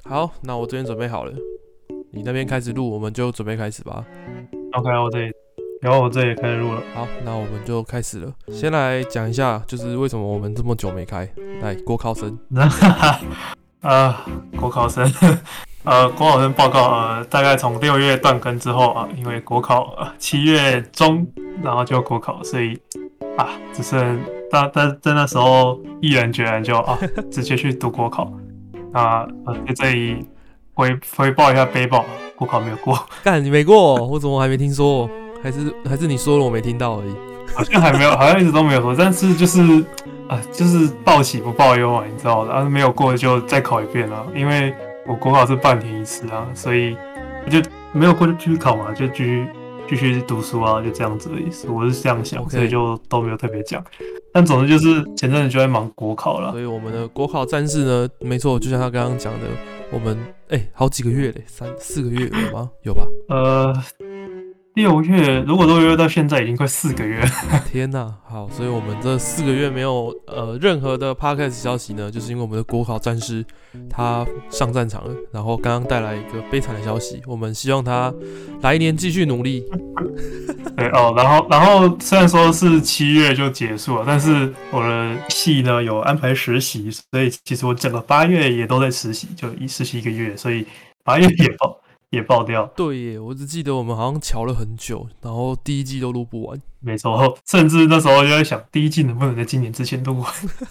好，那我这边准备好了，你那边开始录，我们就准备开始吧。 OK， 我这里，然后我这里开始录了。 好，那我们就开始了。先来讲一下，就是为什么我们这么久没开。来，国考生。 国考生，国考生报告，大概从6月断更之后啊，因为国考7月中，然后就国考，所以只剩在那时候毅然决然就直接去读国考。在这里回报一下背包，国考没有过。 干，你没过，我怎么还没听说？还是你说了我没听到而已。 好像还没有，好像一直都没有说，但是就是报喜不报忧嘛，你知道的。没有过就再考一遍啊，因为我国考是半年一次啊，所以就没有过就继续考嘛，就继续读书啊，就这样子的意思。我是这样想， Okay. 所以就都没有特别讲。但总之就是前阵子就在忙国考了， 所以我们的国考战士呢，没错，就像他刚刚讲的，我们好几个月嘞，3-4个月有吗？有吧 ？6月，如果6月到现在已经快4个月了。 天哪，好，所以我们这4个月没有任何的 podcast 消息呢，就是因为我们的国考战士他上战场了，然后刚刚带来一个悲惨的消息，我们希望他来年继续努力。 对然后虽然说是7月就结束了，但是我的系呢有安排实习，所以其实我整个8月也都在实习，就实习1个月，所以8月也爆掉。 对耶，我只记得我们好像瞧了很久，然后第1季都录不完。 没错，甚至那时候就在想，第1季能不能在今年之前录完？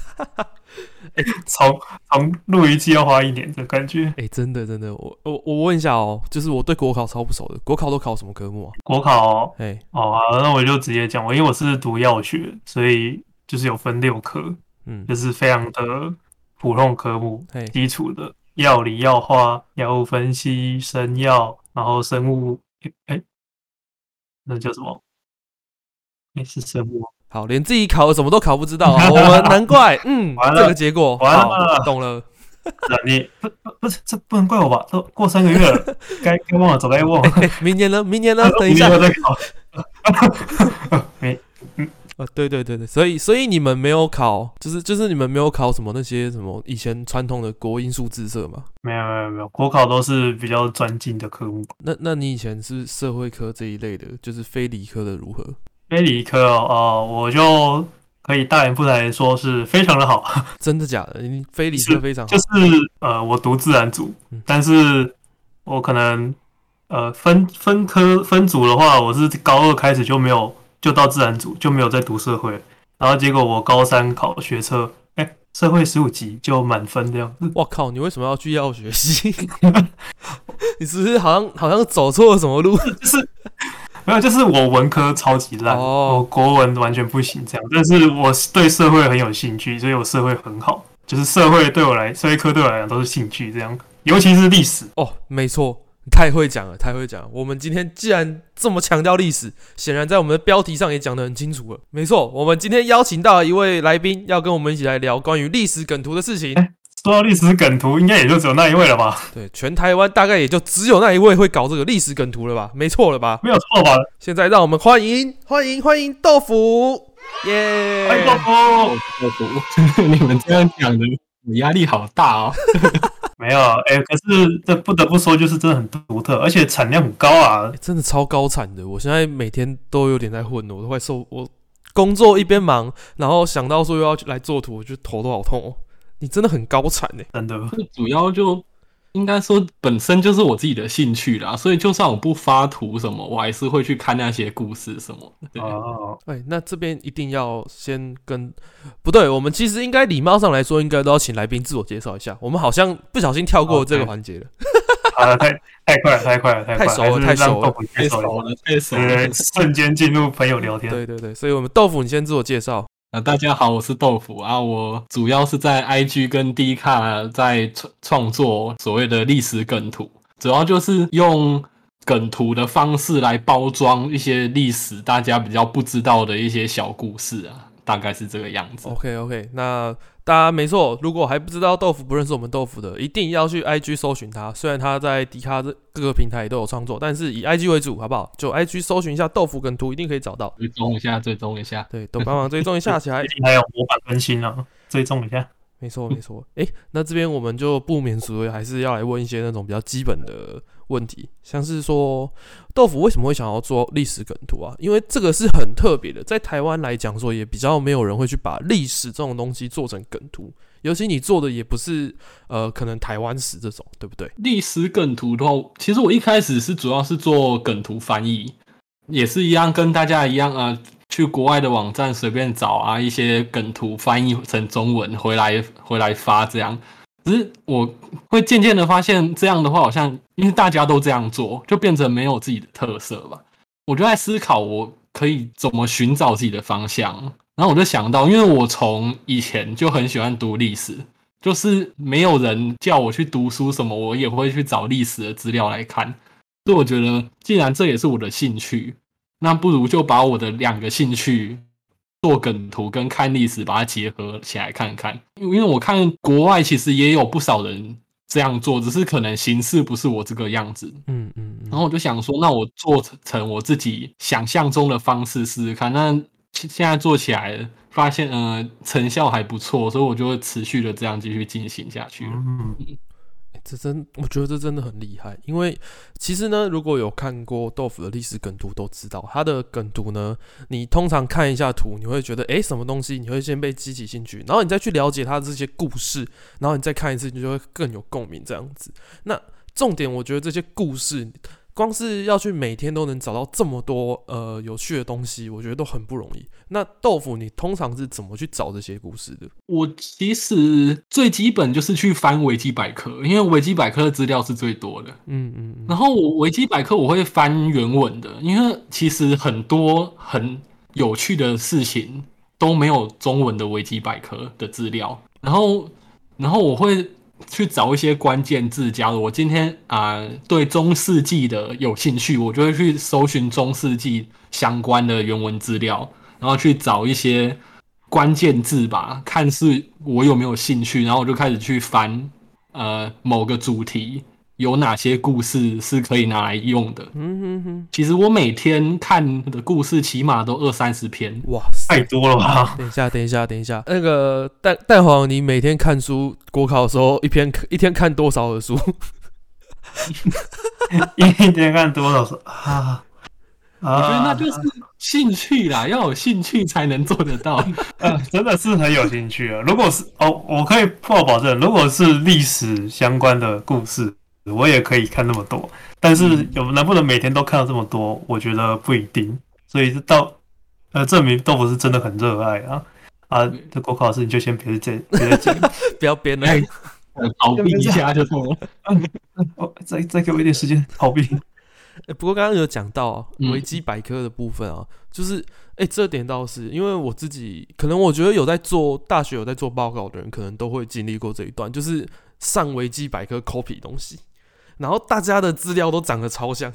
从录1季要花1年的感觉。 真的，我问一下哦，就是我对国考超不熟的，国考都考什么科目啊？ 国考那我就直接讲，因为我是读药学，所以就是有分6科，就是非常的普通科目，基础的。药理、药化、药物分析、生药，然后生物，那叫什么？是生物。 好，连自己考什么都考不知道啊！我们难怪，这个结果， 完了， 懂了。 你不是这不能怪我吧？都过3个月了，该忘了，早该忘了。 明年呢？等一下再考。 对，所以你们没有考，就是你们没有考什么那些什么以前传统的国英数自社吗？ 没有，国考都是比较专精的科目。 那你以前是社会科这一类的，就是非理科的如何？ 非理科我就可以大言不惭说是非常的好。 真的假的？你非理科非常好？ 就是我读自然组，但是我可能分科分组的话，我是高2开始就到自然组，就没有再读社会，然后结果我高3考学测，社会15级就满分这样子。 哇靠！你为什么要去药学系？你是不是好像走错了什么路？ 没有，就是我文科超级烂，我国文完全不行这样，但是我对社会很有兴趣，所以我社会很好，就是社会科对我来讲都是兴趣这样，尤其是历史。 没错。太会讲了。我们今天既然这么强调历史，显然在我们的标题上也讲得很清楚了。没错，我们今天邀请到一位来宾，要跟我们一起来聊关于历史梗图的事情。 说到历史梗图，应该也就只有那一位了吧？ 对，全台湾大概也就只有那一位会搞这个历史梗图了吧？没错了吧？ 没有错吧？ 现在让我们欢迎豆腐，耶！ 欢迎豆腐，你们这样讲的，我压力好大哦。 没有，可是这不得不说，就是真的很独特，而且产量很高啊， 真的超高产的。我现在每天都有点在混了，我都快受。我工作一边忙，然后想到说又要来做图，我觉得头都好痛哦。你真的很高产欸， 真的。 主要就应该说本身就是我自己的兴趣啦，所以就算我不发图什么，我还是会去看那些故事什么的。 那这边一定要先不对，我们其实应该礼貌上来说，应该都要请来宾自我介绍一下。我们好像不小心跳过这个环节了。 太快了， 太熟了， 瞬间进入朋友聊天。 对，所以我们豆腐，你先自我介绍。 大家好，我是豆腐啊，我主要是在 IG 跟 Dcard 在创作所谓的历史梗图，主要就是用梗图的方式来包装一些历史大家比较不知道的一些小故事啊，大概是这个样子。 OK， 那大家没错，如果还不知道豆腐不认识我们豆腐的，一定要去 IG 搜寻他。虽然他在迪卡各个平台也都有创作，但是以 IG 为主，好不好？就 IG 搜寻一下豆腐梗图，一定可以找到。 追踪一下。 对，都帮忙追踪一下起来。 一定还有模板更新啊，追踪一下。 没错没错。那这边我们就不免俗的，还是要来问一些那种比较基本的问题，像是说豆腐为什么会想要做历史梗图啊？因为这个是很特别的，在台湾来讲说，也比较没有人会去把历史这种东西做成梗图，尤其你做的也不是可能台湾史这种，对不对？ 历史梗图的话，其实我一开始是主要是做梗图翻译，也是一样跟大家一样去国外的网站随便找啊一些梗图翻译成中文回来发这样。只是我会渐渐的发现，这样的话好像因为大家都这样做，就变成没有自己的特色吧。我就在思考我可以怎么寻找自己的方向，然后我就想到，因为我从以前就很喜欢读历史，就是没有人叫我去读书什么，我也会去找历史的资料来看。所以我觉得，既然这也是我的兴趣，那不如就把我的2个兴趣做梗图跟看历史把它结合起来看看。因为我看国外其实也有不少人这样做，只是可能形式不是我这个样子。然后我就想说，那我做成我自己想象中的方式试试看。那现在做起来发现成效还不错，所以我就会持续的这样继续进行下去。 我觉得这真的很厉害，因为其实呢，如果有看过豆腐的历史梗图都知道，他的梗图呢，你通常看一下图，你会觉得什么东西，你会先被激起兴趣，然后你再去了解他的这些故事，然后你再看一次，你就会更有共鸣这样子。那重点，我觉得这些故事，光是要去每天都能找到这么多有趣的东西，我觉得都很不容易。那豆腐，你通常是怎么去找这些故事的？ 我其实最基本就是去翻维基百科，因为维基百科的资料是最多的。然后我维基百科我会翻原文的，因为其实很多很有趣的事情都没有中文的维基百科的资料。然后我会去找一些关键字，假如我今天对中世纪的有兴趣，我就会去搜寻中世纪相关的原文资料，然后去找一些关键字吧，看是我有没有兴趣，然后我就开始去翻某个主题有哪些故事是可以拿来用的。其实我每天看的故事起码都20-30篇。 哇， 太多了吧？ 等一下，那个蛋黄，你每天看书，国考的时候一天看多少的书？ 一天看多少书啊？ 我觉得那就是兴趣啦，要有兴趣才能做得到。 真的是很有兴趣啊！如果是我可以破保证，如果是历史相关的故事，我也可以看那么多。但是能不能每天都看到这么多，我觉得不一定。所以证明豆腐是真的很热爱这国考试你就先别再讲， 不要编了， 逃避一下就错了。 再给我一点时间逃避。 不过刚刚有讲到维基百科的部分就是这点倒是因为我自己可能我觉得大学有在做报告的人，可能都会经历过这一段，就是上维基百科 copy 东西，然后大家的资料都长得超像。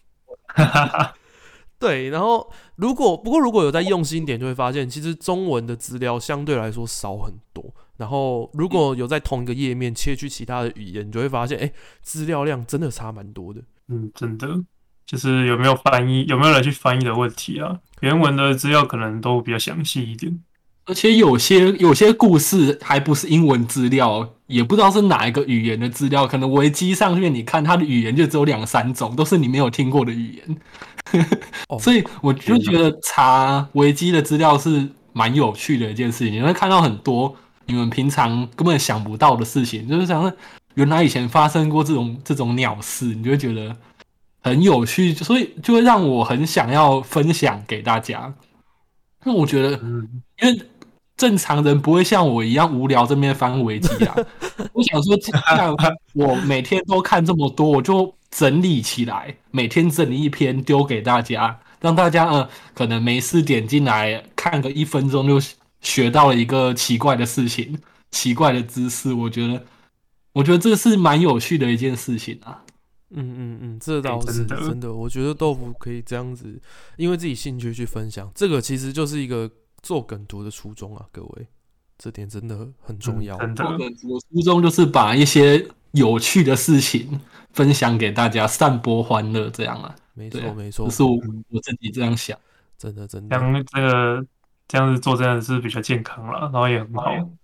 对，然后如果有在用心点，就会发现其实中文的资料相对来说少很多。然后如果有在同一个页面切去其他的语言，你就会发现资料量真的差蛮多的。 真的就是有没有人去翻译的问题啊？原文的资料可能都比较详细一点。 而且有些故事还不是英文资料，也不知道是哪一个语言的资料，可能维基上面你看它的语言就只有2-3种，都是你没有听过的语言。所以我就觉得查维基的资料是蛮有趣的一件事情，你会看到很多你们平常根本想不到的事情，就是想说原来以前发生过这种鸟事，你就会觉得很有趣，所以就会让我很想要分享给大家。那我觉得，因为正常人不会像我一样无聊这边翻维基啊。我想说，既然我每天都看这么多，我就整理起来，每天整理一篇丢给大家，让大家可能没事点进来看个1分钟就学到了一个奇怪的事情、奇怪的知识。我觉得这是蛮有趣的一件事情啊。 这倒是真的。我觉得豆腐可以这样子，因为自己兴趣去分享，这个其实就是一个做梗图的初衷啊，各位，这点真的很重要。 真的， 做梗图的初衷就是把一些有趣的事情分享给大家，散播欢乐，这样啊。 没错， 就是我自己这样想。 真的。 这样子做真的是比较健康啦，然后也很好。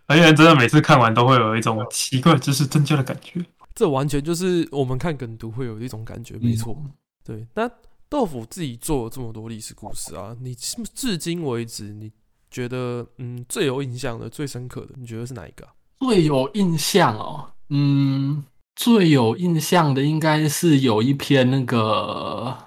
而且真的每次看完都会有一种奇怪知识增加的感觉。 这完全就是我们看梗图会有一种感觉，没错。对，那豆腐自己做了这么多历史故事啊，你至今为止，你觉得最有印象的、最深刻的，你觉得是哪一个啊？ 最有印象哦，最有印象的应该是有一篇那个，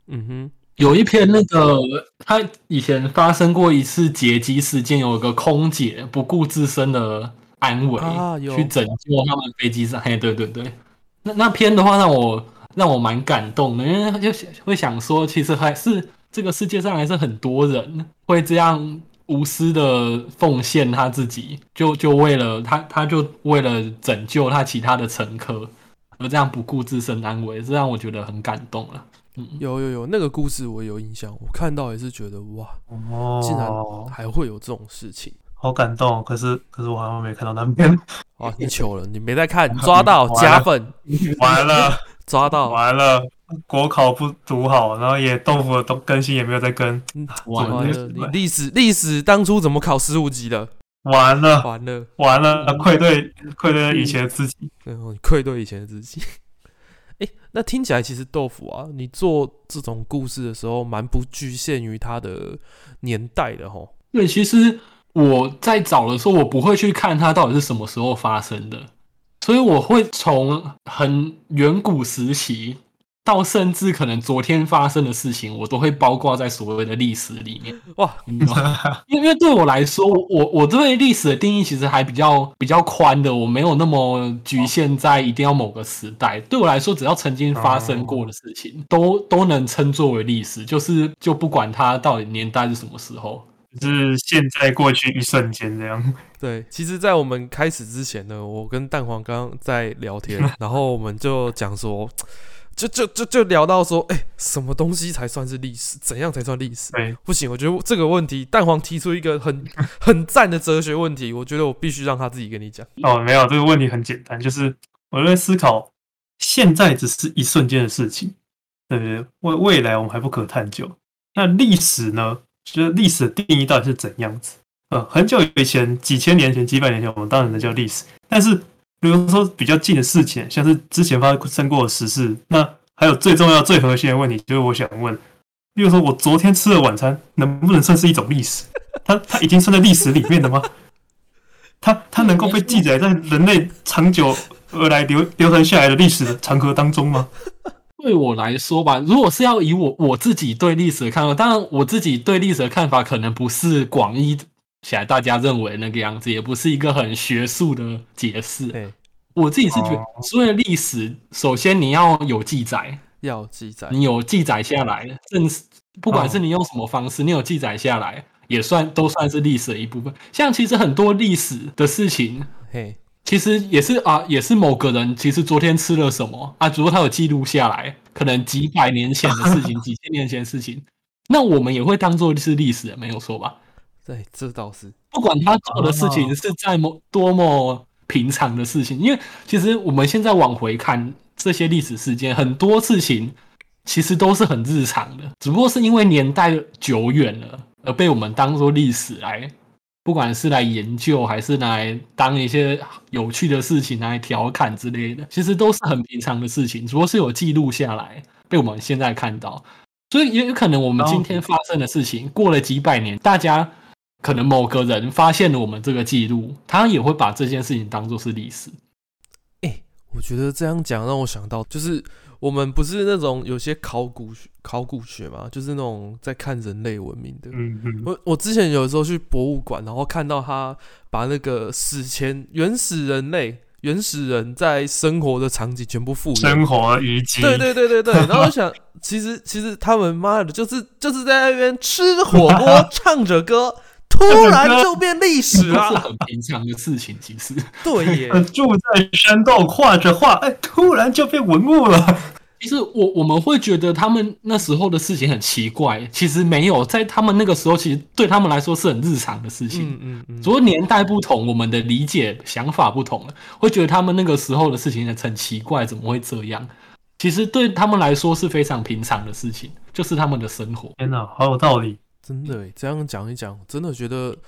他以前发生过一次劫机事件，有一个空姐不顾自身的安危，去拯救他们飞机上。嘿，对对对，那篇的话让我蛮感动的，因为就会想说，其实还是这个世界上还是很多人会这样无私的奉献他自己，就为了他就为了拯救他其他的乘客，而这样不顾自身安危，这让我觉得很感动了。 有那个故事我有印象，我看到也是觉得哇，竟然还会有这种事情， 好感动。可是我好像没看到那边。 哇，你糗了，你没在看，抓到加粉， 完了， 抓到， 完了，国考不读好，然后豆腐的更新也没有在跟， 完了，你历史当初怎么考15级的？ 完了，愧对以前的自己， 愧对以前的自己。那听起来其实豆腐啊，你做这种故事的时候，蛮不局限于它的年代的齁。 对，其实我在找的时候，我不会去看它到底是什么时候发生的，所以我会从很远古时期到甚至可能昨天发生的事情，我都会包括在所谓的历史里面。哇，因为对我来说，我对历史的定义其实还比较宽的，我没有那么局限在一定要某个时代。对我来说，只要曾经发生过的事情，都能称作为历史，就不管它到底年代是什么时候。 是现在过去一瞬间这样。 对，其实在我们开始之前呢，我跟蛋黄刚刚在聊天，然后我们就讲说就聊到说，什么东西才算是历史？怎样才算历史？不行，我觉得这个问题，蛋黄提出一个很赞的哲学问题，我觉得我必须让他自己跟你讲。 没有，这个问题很简单，就是我在思考，现在只是一瞬间的事情，对不对？未来我们还不可探究。那历史呢？就是历史的定义到底是怎样子？很久以前，几千年前、几百年前，我们当然能叫历史。但是，比如说比较近的事情，像是之前发生过的时事，那还有最重要、最核心的问题，就是我想问，比如说我昨天吃的晚餐，能不能算是一种历史？它已经算在历史里面了吗？它能够被记载在人类长久而来流传下来的历史的长河当中吗？ 对我来说吧，如果是要以我自己对历史的看法，当然我自己对历史的看法可能不是广义起来大家认为那个样子，也不是一个很学术的解释。我自己是觉得，所谓的历史，首先你要有记载，你有记载下来，不管是你用什么方式，你有记载下来，都算是历史的一部分。像其实很多历史的事情，其实也是某个人其实昨天吃了什么啊，只不过他有记录下来，可能几百年前的事情，几千年前的事情，那我们也会当作是历史的，没有错吧？ 对，这倒是。 不管他做的事情是在多么平常的事情，因为其实我们现在往回看这些历史事件，很多事情其实都是很日常的，只不过是因为年代久远了，而被我们当作历史来。不管是来研究还是来当一些有趣的事情来调侃之类的，其实都是很平常的事情，只不过是有记录下来被我们现在看到，所以也有可能我们今天发生的事情过了几百年，大家可能某个人发现了我们这个记录，他也会把这件事情当作是历史。 我觉得这样讲让我想到，就是我们不是那种有些考古学嘛，就是那种在看人类文明的。我之前有时候去博物馆，然后看到他把那个史前原始人在生活的场景全部复原， 生活遗迹。 对，然后我想，其实他们妈的，就是在那边吃火锅，唱着歌。突然就变历史了， 是很平常的事情。其实， 对耶， 住在山洞画着画，突然就变文物了。 其实我们会觉得他们那时候的事情很奇怪，其实没有，在他们那个时候，其实对他们来说是很日常的事情。只不过年代不同，我们的理解想法不同了，会觉得他们那个时候的事情很奇怪，怎么会这样？其实对他们来说是非常平常的事情，就是他们的生活。 天哪，好有道理。 真的耶，这样讲一讲，真的觉得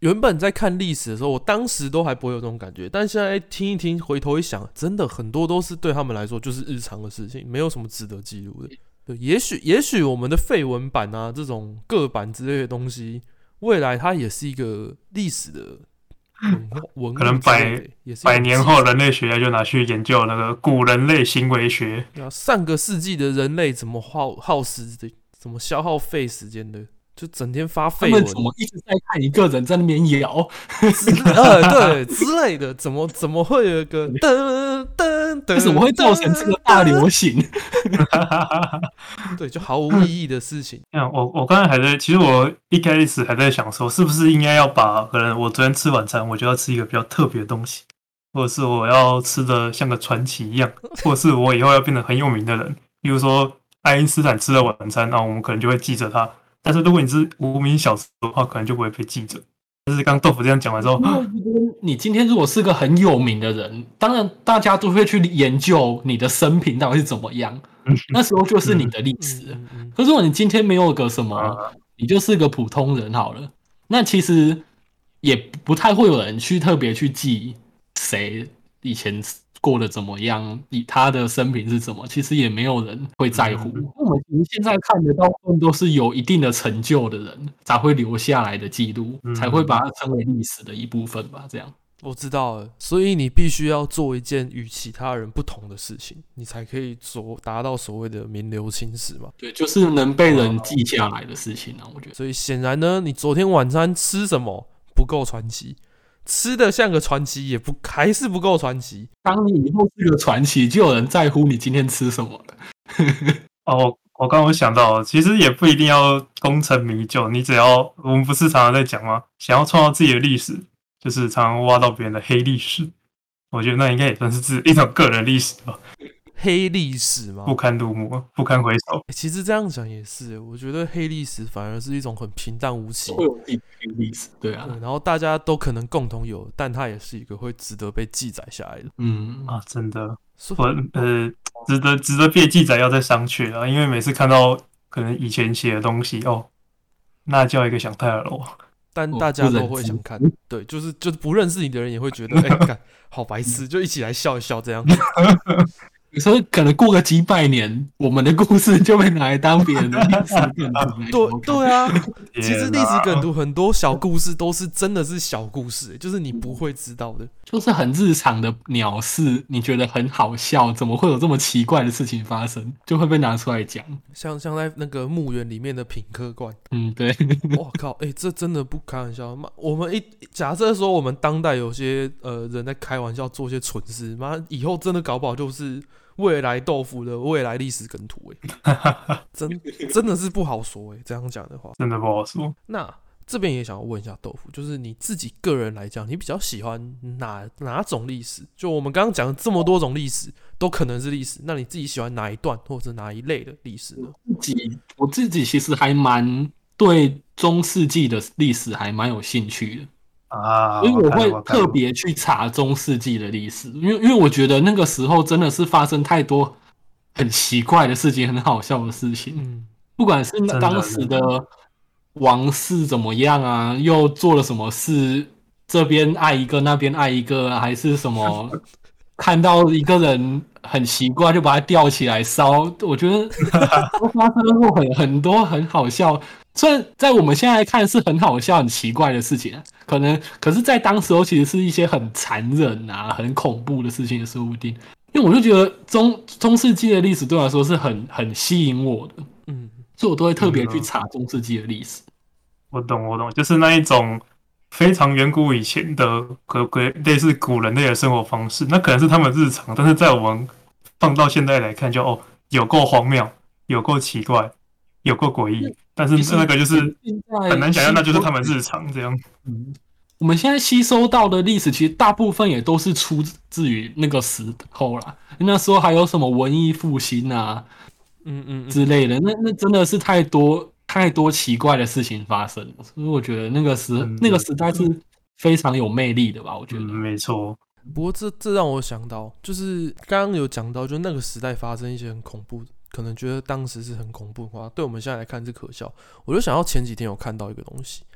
原本在看历史的时候，我当时都还不会有这种感觉，但现在听一听，回头一想，真的很多都是对他们来说就是日常的事情，没有什么值得记录的。对，也许我们的废文版啊，这种个版之类的东西，未来它也是一个历史的文物， 可能百年后人类学家就拿去研究那个古人类行为学。 上个世纪的人类怎么耗时的，怎么消耗费时间的，就整天发废文， 他们怎么一直在看一个人在那边摇对之类的，怎么会有一个噔噔噔， 为什么会造成这个大流行？ 对，就毫无意义的事情。 我刚才还在，其实我一开始还在想说，是不是应该要把可能我昨天吃晚餐，我就要吃一个比较特别的东西，或者是我要吃的像个传奇一样，或者是我以后要变得很有名的人，比如说爱因斯坦吃了晚餐，然后我们可能就会记着他。但是如果你是无名小卒的话，可能就不会被记着。但是刚豆腐这样讲完之后， 你今天如果是个很有名的人，当然大家都会去研究你的生平到底是怎么样，那时候就是你的历史。可是如果你今天没有个什么，你就是个普通人好了，那其实也不太会有人去特别去记谁以前过得怎么样，他的生平是怎么，其实也没有人会在乎。我们其实现在看得到，都是有一定的成就的人才会留下来的记录，才会把它称为历史的一部分吧。这样， 我知道了，所以你必须要做一件与其他人不同的事情，你才可以达到所谓的名留青史嘛。 对，就是能被人记下来的事情啊，我觉得。 所以显然呢，你昨天晚餐吃什么不够传奇。吃的像个传奇，还是不够传奇。 当你以后是个传奇，就有人在乎你今天吃什么了。 我刚刚想到，其实也不一定要功成名就，你只要我们不是常常在讲吗？想要创造自己的历史，就是常常挖到别人的黑历史。我觉得那应该也算是一种个人历史吧。 黑历史吗？ 不堪入目，不堪回首。 其实这样讲也是，我觉得黑历史反而是一种很平淡无奇。 会有黑历史，对啊。 然后大家都可能共同有，但它也是一个会值得被记载下来的。 真的，值得被记载要再商榷啊，因为每次看到可能以前写的东西，那叫一个想太尔喽。 但大家都会想看，对，就是不认识你的人也会觉得，干好白痴，就一起来笑一笑这样子。 有时候可能过个几百年，我们的故事就被拿来当别人的历史梗图。 对啊，其实历史梗图很多小故事都是真的是小故事，就是你不会知道的， 就是很日常的鸟事，你觉得很好笑，怎么会有这么奇怪的事情发生，就会被拿出来讲。 像在那个墓园里面的品客观， 对， 哇靠，这真的不开玩笑。我们假设说我们当代有些人在开玩笑做些蠢事，妈以后真的搞不好就是未来豆腐的未来历史梗图真的是不好说这样讲的话， 真的不好说。 那这边也想要问一下豆腐，就是你自己个人来讲，你比较喜欢哪种历史？就我们刚刚讲的这么多种历史，都可能是历史，那你自己喜欢哪一段或者哪一类的历史呢？ 我自己其实还蛮对中世纪的历史还蛮有兴趣的。所以我会特别去查中世纪的历史，因为我觉得那个时候真的是发生太多很奇怪的事情，很好笑的事情。不管是当时的王室怎么样啊，又做了什么事，这边爱一个，那边爱一个，还是什么看到一个人很奇怪就把他吊起来烧，我觉得都发生过很多很好笑。虽然在我们现在看是很好笑、很奇怪的事情，可是在当时候其实是一些很残忍啊、很恐怖的事情，说不定。因为我就觉得中世纪的历史对我来说是很吸引我的，所以我都会特别去查中世纪的历史。 我懂，就是那一种非常远古以前的，类似古人类的生活方式，那可能是他们日常，但是在我们放到现在来看就，有够荒谬，有够奇怪，有够诡异。但是那个就是很难想象，那就是他们日常这样。 我们现在吸收到的历史，其实大部分也都是出自于那个时候啦。那时候还有什么文艺复兴啊，之类的，那真的是太多奇怪的事情发生了。所以我觉得那个时代是非常有魅力的吧？我觉得没错。 不过这让我想到，就是刚刚有讲到，就那个时代发生一些很恐怖的。可能觉得当时是很恐怖的话，对我们现在来看是可笑。我就想到前几天有看到一个东西，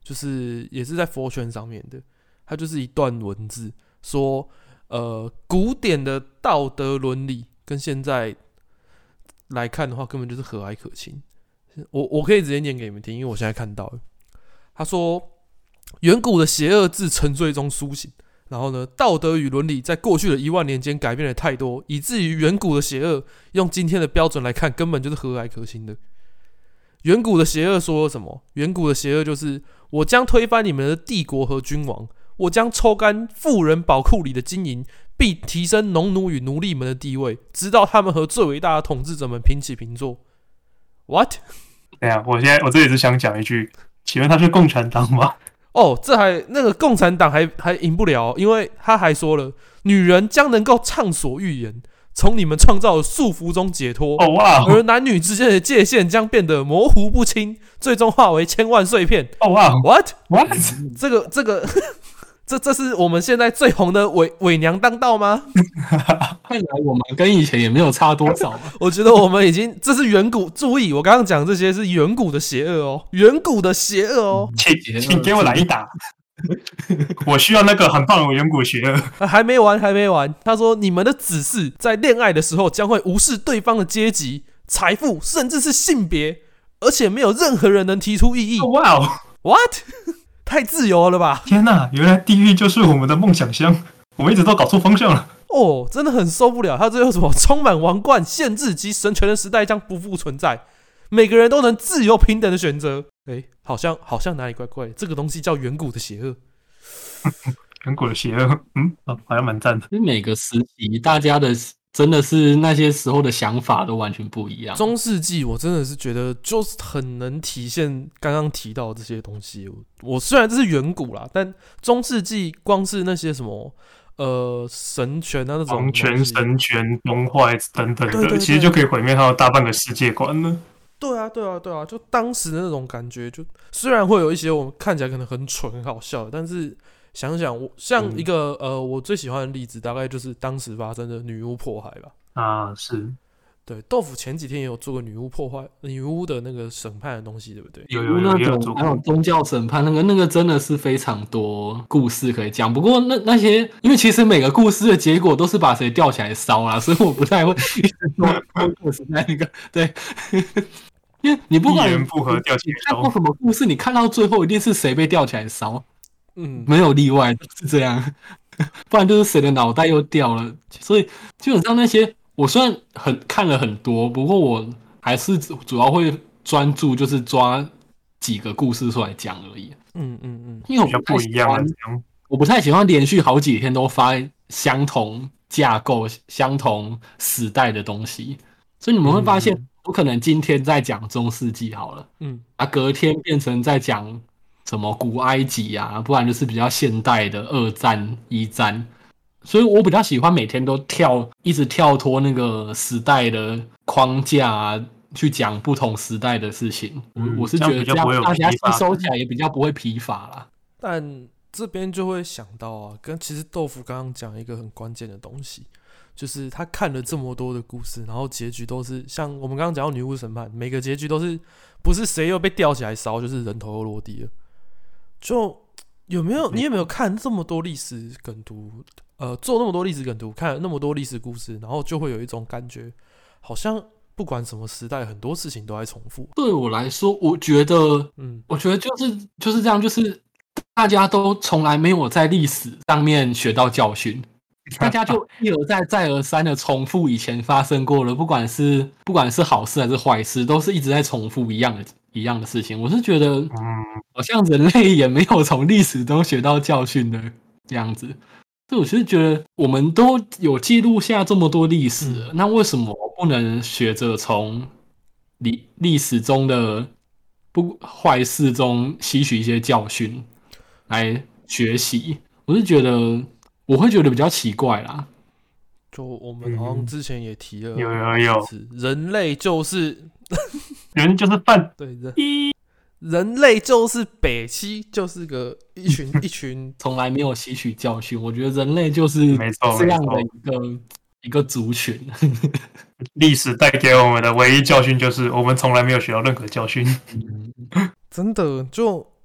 就是也是在佛圈上面的，它就是一段文字说，古典的道德伦理跟现在来看的话，根本就是和蔼可亲。我可以直接念给你们听，因为我现在看到了。他说，远古的邪恶自沉睡中苏醒，然后呢，道德与伦理在过去的1万年间改变了太多，以至于远古的邪恶用今天的标准来看，根本就是和蔼可亲的。远古的邪恶说了什么？远古的邪恶就是我将推翻你们的帝国和君王，我将抽干富人宝库里的金银，并提升农奴与奴隶们的地位，直到他们和最伟大的统治者们平起平坐。What？ 对啊，我这里是想讲一句，请问他是共产党吗？ 哦，这还那个共产党还赢不了，因为他还说了，女人将能够畅所欲言，从你们创造的束缚中解脱。 哦哇！ 而男女之间的界限将变得模糊不清，最终化为千万碎片。 哦哇 ！What？ 这个这是我们现在最红的伪娘当道吗？ 看来我们跟以前也没有差多少。 我觉得我们已经，这是远古。注意，我刚刚讲这些是远古的邪恶哦，远古的邪恶哦。 请给我来一打，我需要那个很棒的远古邪恶。 还没完。他说，你们的子嗣在恋爱的时候将会无视对方的阶级、财富，甚至是性别，而且没有任何人能提出异议。 哇哦 ，What？ 太自由了吧！ 天哪，原来地狱就是我们的梦想乡，我们一直都搞错方向了。 哦，真的很受不了。他最后什么充满王冠、限制及神权的时代将不复存在，每个人都能自由平等的选择。好像哪里怪怪的，这个东西叫远古的邪恶。 远古的邪恶，好像蛮赞的。 每个时期大家的真的是那些时候的想法都完全不一样。 中世纪我真的是觉得就是很能体现刚刚提到的这些东西。我虽然这是远古啦，但中世纪光是那些什么神权啊那种王权、神权、崩坏等等的， 对其实就可以毁灭他的大半个世界观了。 对啊，就当时的那种感觉，就虽然会有一些我们看起来可能很蠢、很好笑的，但是想想像一个我最喜欢的例子，大概就是当时发生的女巫迫害吧。 啊，是。 对，豆腐前几天也有做过女巫的那个审判的东西，对不对？ 有那种还有宗教审判，那个真的是非常多故事可以讲。不过那些，因为其实每个故事的结果都是把谁吊起来烧啦，所以我不太会一直说是那个对。因为你不管一言不合吊起来烧， 看过什么故事，你看到最后一定是谁被吊起来烧，没有例外，是这样。不然就是谁的脑袋又掉了。所以基本上那些。我虽然看了很多，不过我还是主要会专注就是抓几个故事出来讲而已。因为我不太喜欢连续好几天都发相同架构、相同时代的东西，所以你们会发现，我可能今天在讲中世纪好了，隔天变成在讲什么古埃及啊，不然就是比较现代的2战、1战。所以我比较喜欢每天都一直跳脱那个时代的框架啊，去讲不同时代的事情。我是觉得这样大家吸收起来也比较不会疲乏啦。 但这边就会想到啊，其实豆腐刚刚讲一个很关键的东西，就是他看了这么多的故事，然后结局都是像我们刚刚讲到女巫审判，每个结局都是不是谁又被吊起来烧，就是人头又落地了。就你有没有看这么多历史梗图？做那么多历史梗图，看了那么多历史故事，然后就会有一种感觉，好像不管什么时代，很多事情都在重复。 对我来说，我觉得就是这样，就是大家都从来没有在历史上面学到教训，大家就一而再再而三的重复以前发生过了，不管是好事还是坏事，都是一直在重复一样的事情。我是觉得，好像人类也没有从历史中学到教训的这样子。所以我是觉得，我们都有记录下这么多历史了，那为什么不能学着从历史中的坏事中吸取一些教训来学习？我是觉得，我会觉得比较奇怪啦。 就我们好像之前也提了， 有， 人类就是人就是饭， 对的。人类就是北七，就是一群从来没有吸取教训。我觉得人类就是这样的一个族群。 历史带给我们的唯一教训就是，我们从来没有学到任何教训。 真的，就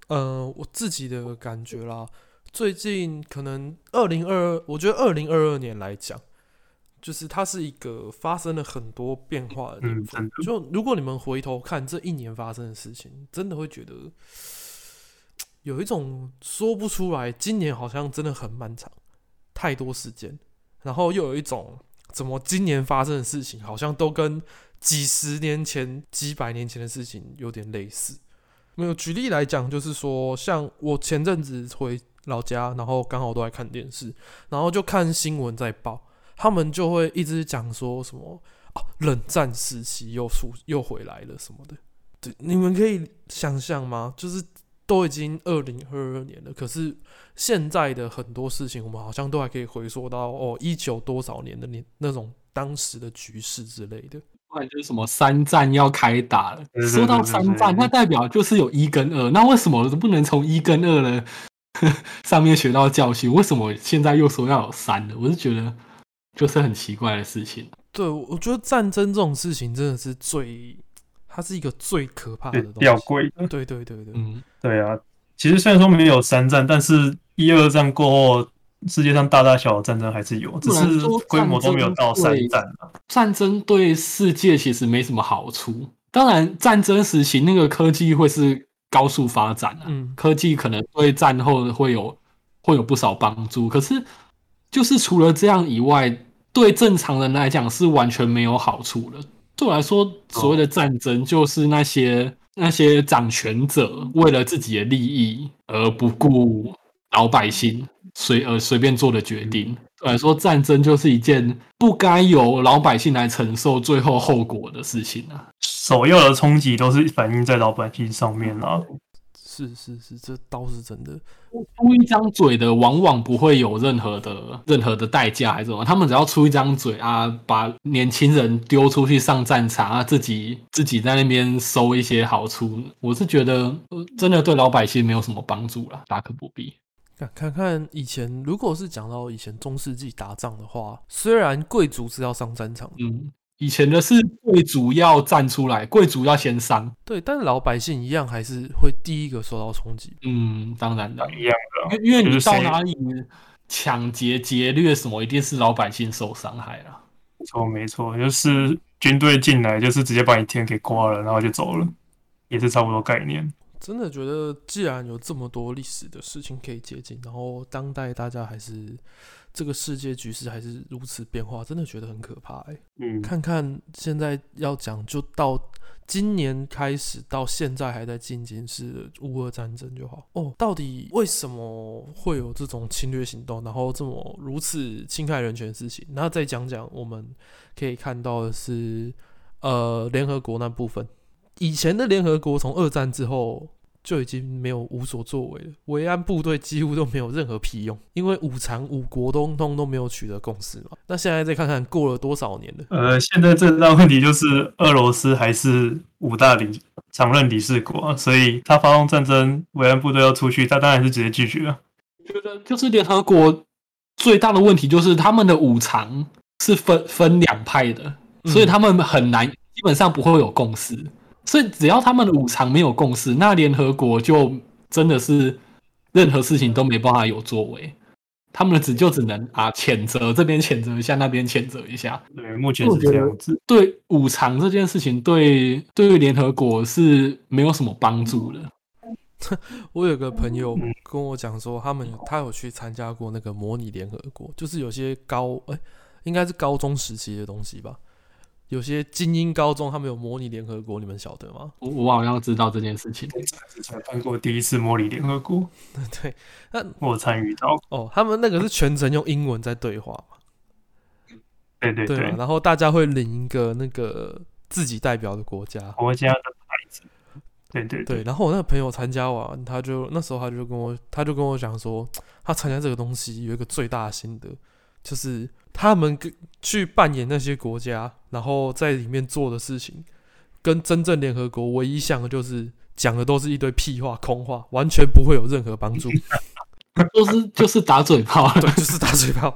我自己的感觉啦，最近可能我觉得2022年来讲，就是它是一个发生了很多变化的年份。就如果你们回头看这一年发生的事情，真的会觉得有一种说不出来，今年好像真的很漫长，太多时间，然后又有一种怎么今年发生的事情好像都跟几十年前、几百年前的事情有点类似。没有，举例来讲，就是说，像我前阵子回老家，然后刚好都在看电视，然后就看新闻在报，他们就会一直讲说什么冷战时期又回来了什么的。对，你们可以想象吗？就是都已经2022年了，可是现在的很多事情，我们好像都还可以回溯到19多少年的那种当时的局势之类的。 不然就是什么3战要开打了。说到3战，那代表就是有1跟2，那为什么不能从1跟2的上面学到教训？为什么现在又说要有3了？我是觉得就是很奇怪的事情。 对，我觉得战争这种事情真的是它是一个最可怕的东西， 吊诡的。 对， 对啊。其实虽然说没有3战，但是1、2战过后，世界上大大小小的战争还是有，只是规模都没有到3战啊。 战争对世界其实没什么好处。当然，战争时期那个科技会是高速发展啊，科技可能对战后会有不少帮助。可是，就是除了这样以外，对正常人来讲是完全没有好处的。对我来说，所谓的战争就是那些掌权者为了自己的利益而不顾老百姓随便做的决定。对我来说，战争就是一件不该由老百姓来承受最后后果的事情啊。 首要的冲击都是反映在老百姓上面啊。 是，这倒是真的。 出一张嘴的往往不会有任何的代价还是什么，他们只要出一张嘴啊，把年轻人丢出去上战场啊，自己在那边收一些好处，我是觉得真的对老百姓没有什么帮助啦，大可不必。 看看以前，如果是讲到以前中世纪打仗的话，虽然贵族是要上战场的， 以前的是贵族要站出来，贵族要先上， 对，但是老百姓一样还是会第一个受到冲击。 当然的， 一样的， 因为你到哪里抢劫劫掠什么，一定是老百姓受伤害啦。 没错，就是军队进来，就是直接把你天给刮了，然后就走了，也是差不多概念。 真的觉得，既然有这么多历史的事情可以接近，然后当代大家还是这个世界局势还是如此变化，真的觉得很可怕看看现在要讲，就到今年开始到现在还在进行式的乌俄战争就好。到底为什么会有这种侵略行动，然后如此侵害人权的事情？那再讲讲我们可以看到的是，联合国那部分。以前的联合国从2战之后就已经无所作为了，维安部队几乎都没有任何屁用，因为5国通通都没有取得共识嘛。那现在再看看过了多少年了？ 现在最大问题就是俄罗斯还是5大常任理事国，所以他发动战争，维安部队要出去，他当然是直接拒绝了。 我觉得就是联合国最大的问题就是他们的5常是分2派的，所以他们很难，基本上不会有共识。所以只要他们的5常没有共识，那联合国就真的是任何事情都没办法有作为，他们只能谴责这边谴责一下，那边谴责一下。 对，目前是这样子。 对5常这件事情对联合国是没有什么帮助的。 我有个朋友跟我讲说，他有去参加过那个模拟联合国，就是有些应该是高中时期的东西吧。有些精英高中他们有模拟联合国，你们晓得吗？ 我好像知道这件事情。 之前办过第一次模拟联合国， 对， 我参与到。 他们那个是全程用英文在对话嘛？ 对， 然后大家会领一个那个自己代表的国家的牌子。对， 然后我那个朋友参加完，那时候他就跟我讲说，他参加这个东西有一个最大的心得，就是他们去扮演那些国家，然后在里面做的事情，跟真正联合国唯一像的就是讲的都是一堆屁话、空话，完全不会有任何帮助。 就是打嘴炮， 对，就是打嘴炮。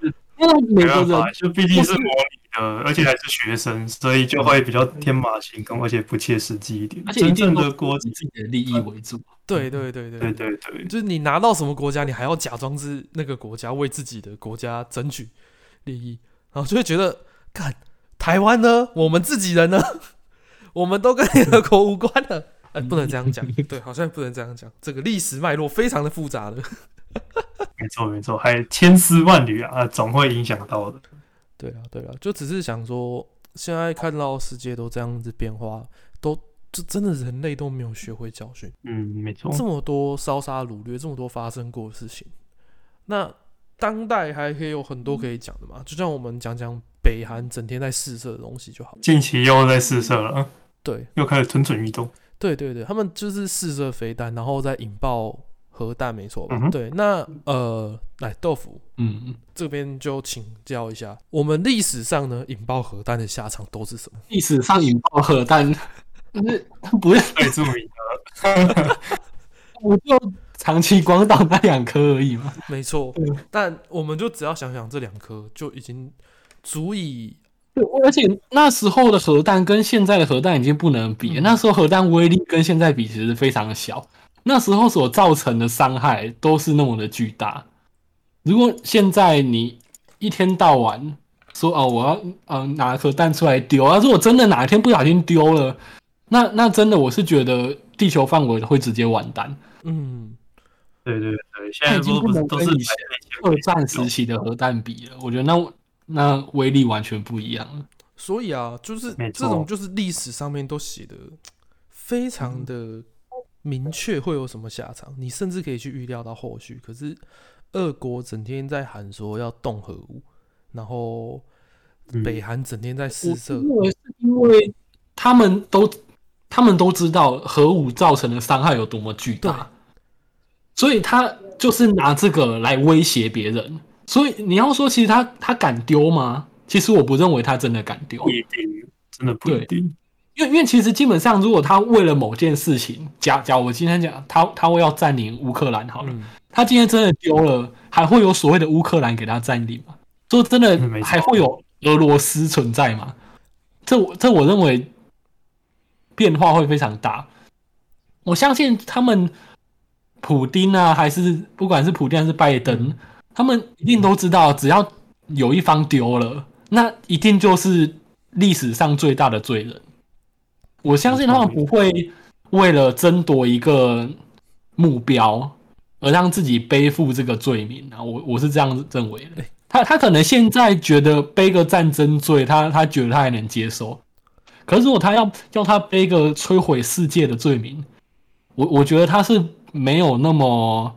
因为每个没办法， 人就毕竟是模拟的，而且还是学生，所以就会比较天马行空，而且不切实际一点。 而且一真正定都是的国以自己的利益为主。 对对对对对对对， 就是你拿到什么国家，你还要假装是那个国家为自己的国家争取利益，然后就会觉得，看台湾呢，我们自己人呢，我们都跟联合国无关了。不能这样讲，对，好像不能这样讲，这个历史脉络非常的复杂的。 没错没错，还千丝万缕啊，总会影响到的。 对啊，对啊，就只是想说，现在看到世界都这样子变化，就真的人类都没有学会教训。 没错。 这么多烧杀掳掠，这么多发生过的事情，那当代还可以有很多可以讲的嘛？就像我们讲北韩整天在试射的东西就好。 近期又在试射了， 对， 又开始蠢蠢欲动。 对对对，他们就是试射飞弹，然后再引爆核弹，没错吧？对，那来豆腐，这边就请教一下，我们历史上呢引爆核弹的下场都是什么？ 历史上引爆核弹，不是最著名的， 不就长崎、广岛那2颗而已吗？ 没错，但我们就只要想想这2颗就已经足以。 对，而且那时候的核弹跟现在的核弹已经不能比，那时候核弹威力跟现在比其实非常的小，那时候所造成的伤害都是那么的巨大。如果现在你一天到晚说我要拿核弹出来丢，如果真的哪一天不小心丢了，那真的我是觉得地球范围会直接完蛋。 对对对，现在都是以前二战时期的核弹比了，我觉得那威力完全不一样了。 所以啊，就是这种就是历史上面都写的非常的明确会有什么下场，你甚至可以去预料到后续。可是俄国整天在喊说要动核武，然后北韩整天在试射， 我认为是因为他们都知道核武造成的伤害有多么巨大，所以他就是拿这个来威胁别人。所以你要说，其实他敢丢吗？其实我不认为他真的敢丢， 不一定，真的不一定。 因为其实基本上，如果他为了某件事情，假如我今天讲他会要占领乌克兰好了，他今天真的丢了，还会有所谓的乌克兰给他占领吗？说真的，还会有俄罗斯存在吗？这我认为变化会非常大。我相信他们普丁啊，还是不管是普丁还是拜登。他们一定都知道，只要有一方丢了，那一定就是历史上最大的罪人。我相信他们不会为了争夺一个目标而让自己背负这个罪名啊！我是这样认为的。他可能现在觉得背个战争罪，他觉得他还能接受。可是如果他要他背个摧毁世界的罪名，我觉得他是没有那么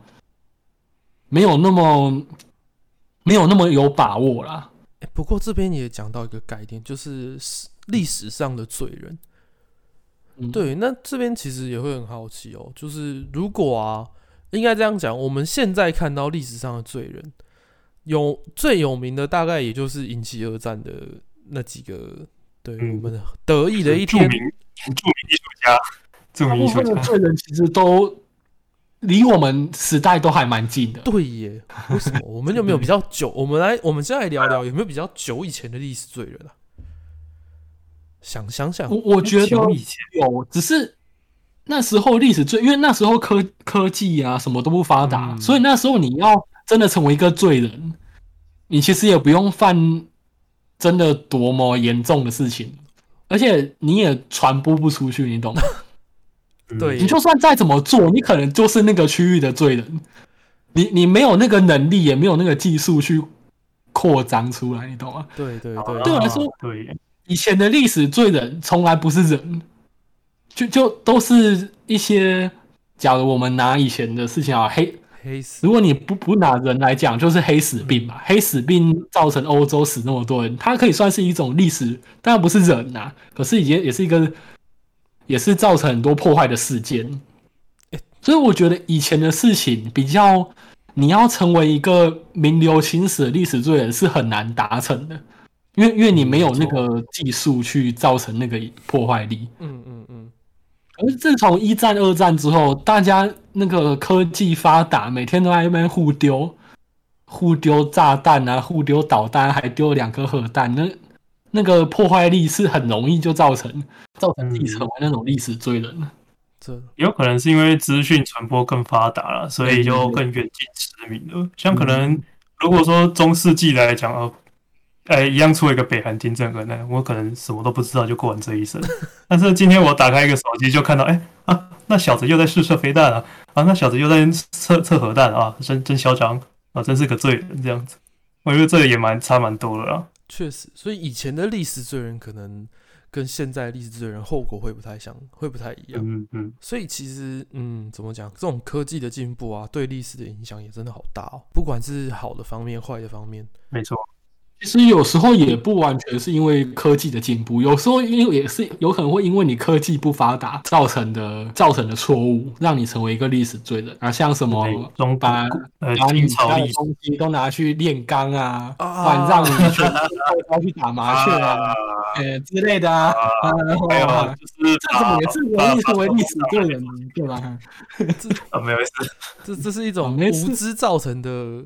有把握啦。 不过这边也讲到一个概念，就是历史上的罪人。对，那这边其实也会很好奇哦，就是如果应该这样讲，我们现在看到历史上的罪人，最有名的大概也就是引起二战的那几个，对我们得意的一天， 著名艺术家，著名艺术家， 罪人其实都离我们时代都还蛮近的。 对耶，为什么我们有没有比较久？我们现在来聊聊有没有比较久以前的历史罪人啊？想， 我觉得有，只是那时候历史罪，因为那时候科技啊什么都不发达，所以那时候你要真的成为一个罪人，你其实也不用犯真的多么严重的事情，而且你也传播不出去，你懂吗？ 对， 你就算再怎么做，你可能就是那个区域的罪人，你没有那个能力，也没有那个技术去扩张出来，你懂吗？ 对，对我来说， 对， 以前的历史罪人从来不是人，就都是一些，假如我们拿以前的事情啊， 黑死， 如果你不拿人来讲，就是黑死病嘛，黑死病造成欧洲死那么多人，它可以算是一种历史，当然不是人啊，可是也是一个。也是造成很多破坏的事件，所以我觉得以前的事情比较，你要成为一个名留青史的历史罪人是很难达成的，因为你没有那个技术去造成那个破坏力。而自从1战、2战之后，大家那个科技发达，每天都在那边互丢， 互丢炸弹啊，互丢导弹，还丢2颗核弹，那个破坏力是很容易就造成自己成为那种历史罪人。 有可能是因为资讯传播更发达了，所以就更远近驰名了。像可能如果说中世纪来讲一样出了一个北韩金正恩呢，我可能什么都不知道就过完这一生。但是今天我打开一个手机就看到，那小子又在试射飞弹那小子又在测核弹啊，真嚣张啊，真是个罪人这样子。我觉得这个也差蛮多的啦。 确实，所以以前的历史罪人可能跟现在的历史罪人后果会不太一样。所以其实怎么讲，这种科技的进步啊，对历史的影响也真的好大哦，不管是好的方面、坏的方面。 没错。 其实有时候也不完全是因为科技的进步，有时候也是有可能会因为你科技不发达造成的错误，让你成为一个历史罪人啊。像什么把你家的东西都拿去炼钢啊，晚上你去打麻雀啊，之类的啊， 还有就是这种也是容易成为历史罪人，对吧？ 没有意思， 这是一种无知造成的，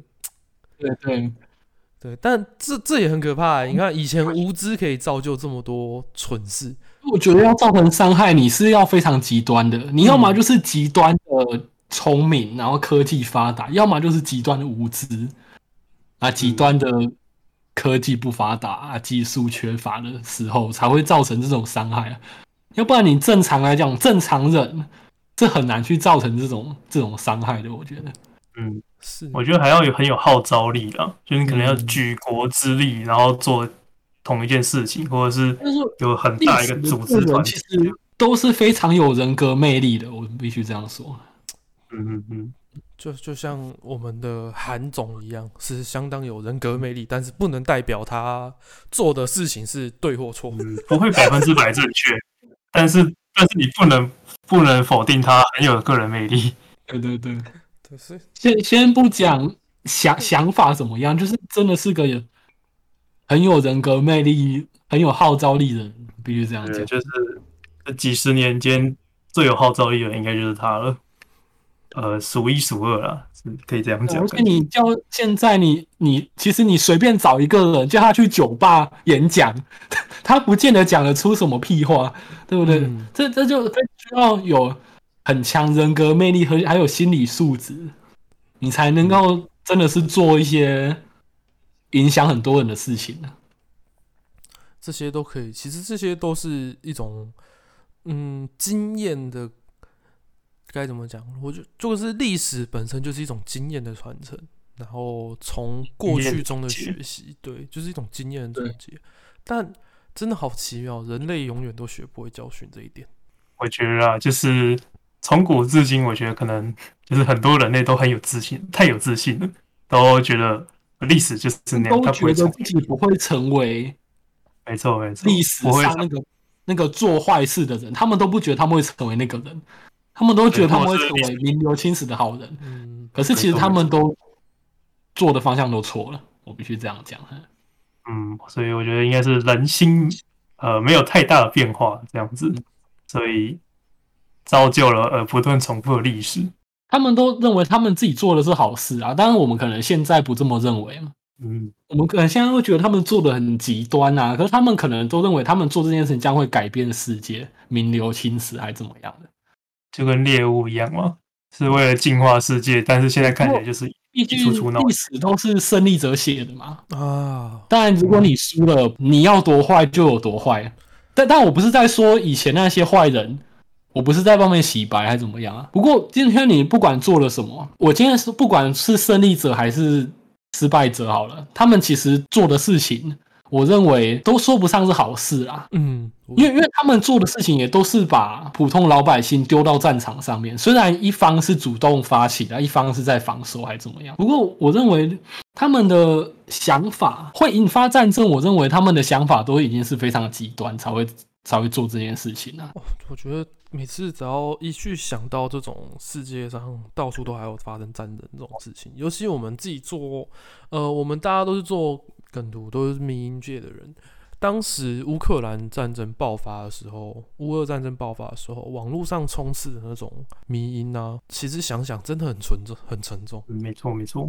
对，但这也很可怕。你看，以前无知可以造就这么多蠢事。 我觉得要造成伤害，你是要非常极端的。你要么就是极端的聪明，然后科技发达；要么就是极端的无知极端的科技不发达技术缺乏的时候，才会造成这种伤害。要不然你正常来讲，正常人是很难去造成这种伤害的。我觉得， 我觉得还要很有号召力啦，就是你可能要举国之力，然后做同一件事情，或者是有很大一个组织团体， 其实都是非常有人格魅力的，我必须这样说。 就像我们的韩总一样，是相当有人格魅力，但是不能代表他做的事情是对或错， 不会100%正确，但是你不能否定他很有个人魅力。 对，先不讲想法怎么样，就是真的是个很有人格魅力、很有号召力的人，必须这样讲。 就是这几十年间最有号召力的人，应该就是他了。数一数二啦，可以这样讲。 而且你叫现在其实你随便找一个人叫他去酒吧演讲，他不见得讲得出什么屁话，对不对？这就需要有很强人格魅力和还有心理素质，你才能够真的是做一些影响很多人的事情。 这些都可以，其实这些都是一种经验的。该怎么讲？我觉得就是历史本身就是一种经验的传承，然后从过去中的学习，对，就是一种经验的总结。但真的好奇妙，人类永远都学不会教训这一点。 我觉得就是从古至今，我觉得可能就是很多人类都很有自信，太有自信了，都觉得历史就是那样， 都觉得自己不会成为， 没错， 历史上那个做坏事的人，他们都不觉得他们会成为那个人。他们都觉得他们会成为名留青史的好人，可是其实他们都做的方向都错了，我必须这样讲。 所以我觉得应该是人心没有太大的变化这样子，所以造就了不断重复的历史。 他们都认为他们自己做的是好事啊，当然我们可能现在不这么认为嘛。我们可能现在会觉得他们做的很极端啊，可是他们可能都认为他们做这件事情将会改变世界，名留青史还怎么样的。 就跟猎物一样嘛，是为了净化世界，但是现在看起来就是一出闹。历史都是胜利者写的嘛当然如果你输了，你要多坏就有多坏。但我不是在说以前那些坏人，我不是在帮他们洗白还是怎么样啊。不过今天你不管做了什么，我今天是不管是胜利者还是失败者好了，他们其实做的事情，我认为都说不上是好事啦。因为他们做的事情也都是把普通老百姓丢到战场上面，虽然一方是主动发起的，一方是在防守还怎么样。不过我认为他们的想法会引发战争，我认为他们的想法都已经是非常极端才会做这件事情啊。 我觉得每次只要一去想到这种世界上到处都还有发生战争这种事情，尤其我们自己做我们大家都是做梗图，都是迷因界的人。当时乌克兰战争爆发的时候，乌俄战争爆发的时候，网络上充斥的那种迷因啊，其实想想真的很沉重。 没错。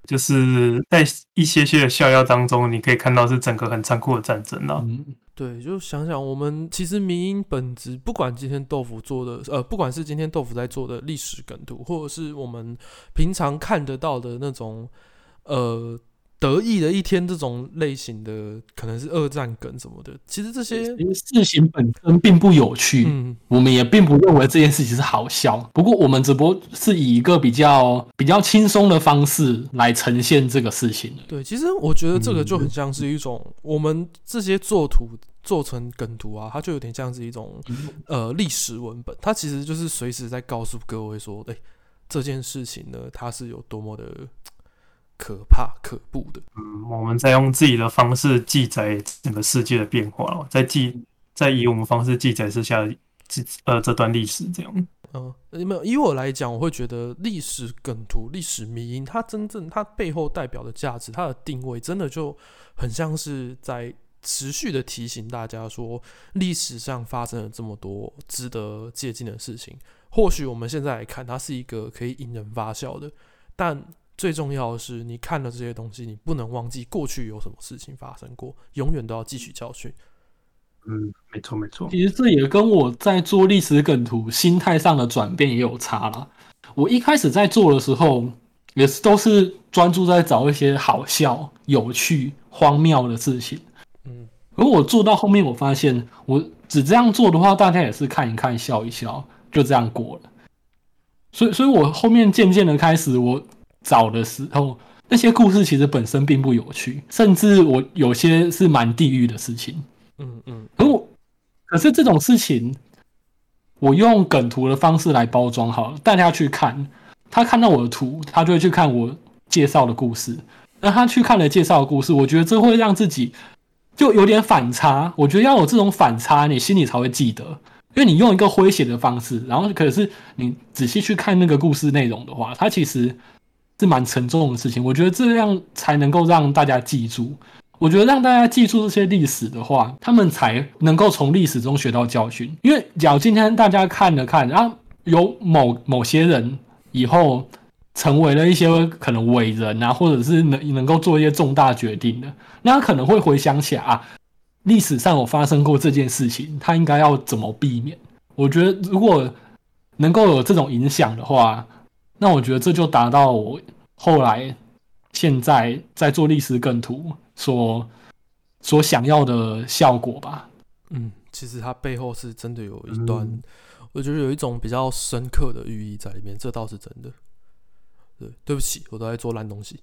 就是在一些的笑料当中，你可以看到是整个很残酷的战争啊。 对，就想想我们其实迷因本质，不管今天豆腐做的，不管是今天豆腐在做的历史梗图，或者是我们平常看得到的那种，得意的一天这种类型的，可能是二战梗什么的，其实这些事情本身并不有趣，我们也并不认为这件事情是好笑。不过我们只不过是以一个比较轻松的方式来呈现这个事情。 对，其实我觉得这个就很像是一种我们这些作图做成梗图啊，它就有点像是一种历史文本，它其实就是随时在告诉各位说，这件事情呢，它是有多么的可怕可怖的。 我们在用自己的方式记载整个世界的变化，再以我们方式记载这段历史这样。 没有，以我来讲，我会觉得历史梗图、历史迷因，它真正它背后代表的价值，它的定位，真的就很像是在持续的提醒大家说，历史上发生了这么多值得借鉴的事情。或许我们现在来看，它是一个可以引人发笑的，但最重要的是，你看了这些东西，你不能忘记过去有什么事情发生过，永远都要汲取教训。 没错没错。 其实这也跟我在做历史梗图心态上的转变也有差啦。我一开始在做的时候，也是都是专注在找一些好笑、有趣、荒谬的事情。而我做到后面，我发现我只这样做的话，大家也是看一看、笑一笑，就这样过了。所以我后面渐渐的开始，我找的时候，那些故事其实本身并不有趣，甚至我有些是蛮地狱的事情。可是这种事情，我用梗图的方式来包装好了，大家去看，他看到我的图，他就会去看我介绍的故事。那他去看了介绍的故事，我觉得这会让自己就有点反差。我觉得要有这种反差，你心里才会记得。因为你用一个诙谐的方式，然后可是你仔细去看那个故事内容的话，它其实是蛮沉重的事情。我觉得这样才能够让大家记住。我觉得让大家记住这些历史的话，他们才能够从历史中学到教训。因为假如今天大家看了看，然后有某些人以后成为了一些可能伟人啊，或者是能够做一些重大决定的，那他可能会回想起来啊，历史上有发生过这件事情，他应该要怎么避免。我觉得如果能够有这种影响的话，那我觉得这就达到我后来现在在做历史梗图所想要的效果吧。 其实它背后是真的有一段，我觉得有一种比较深刻的寓意在里面，这倒是真的。对不起，我都在做烂东西。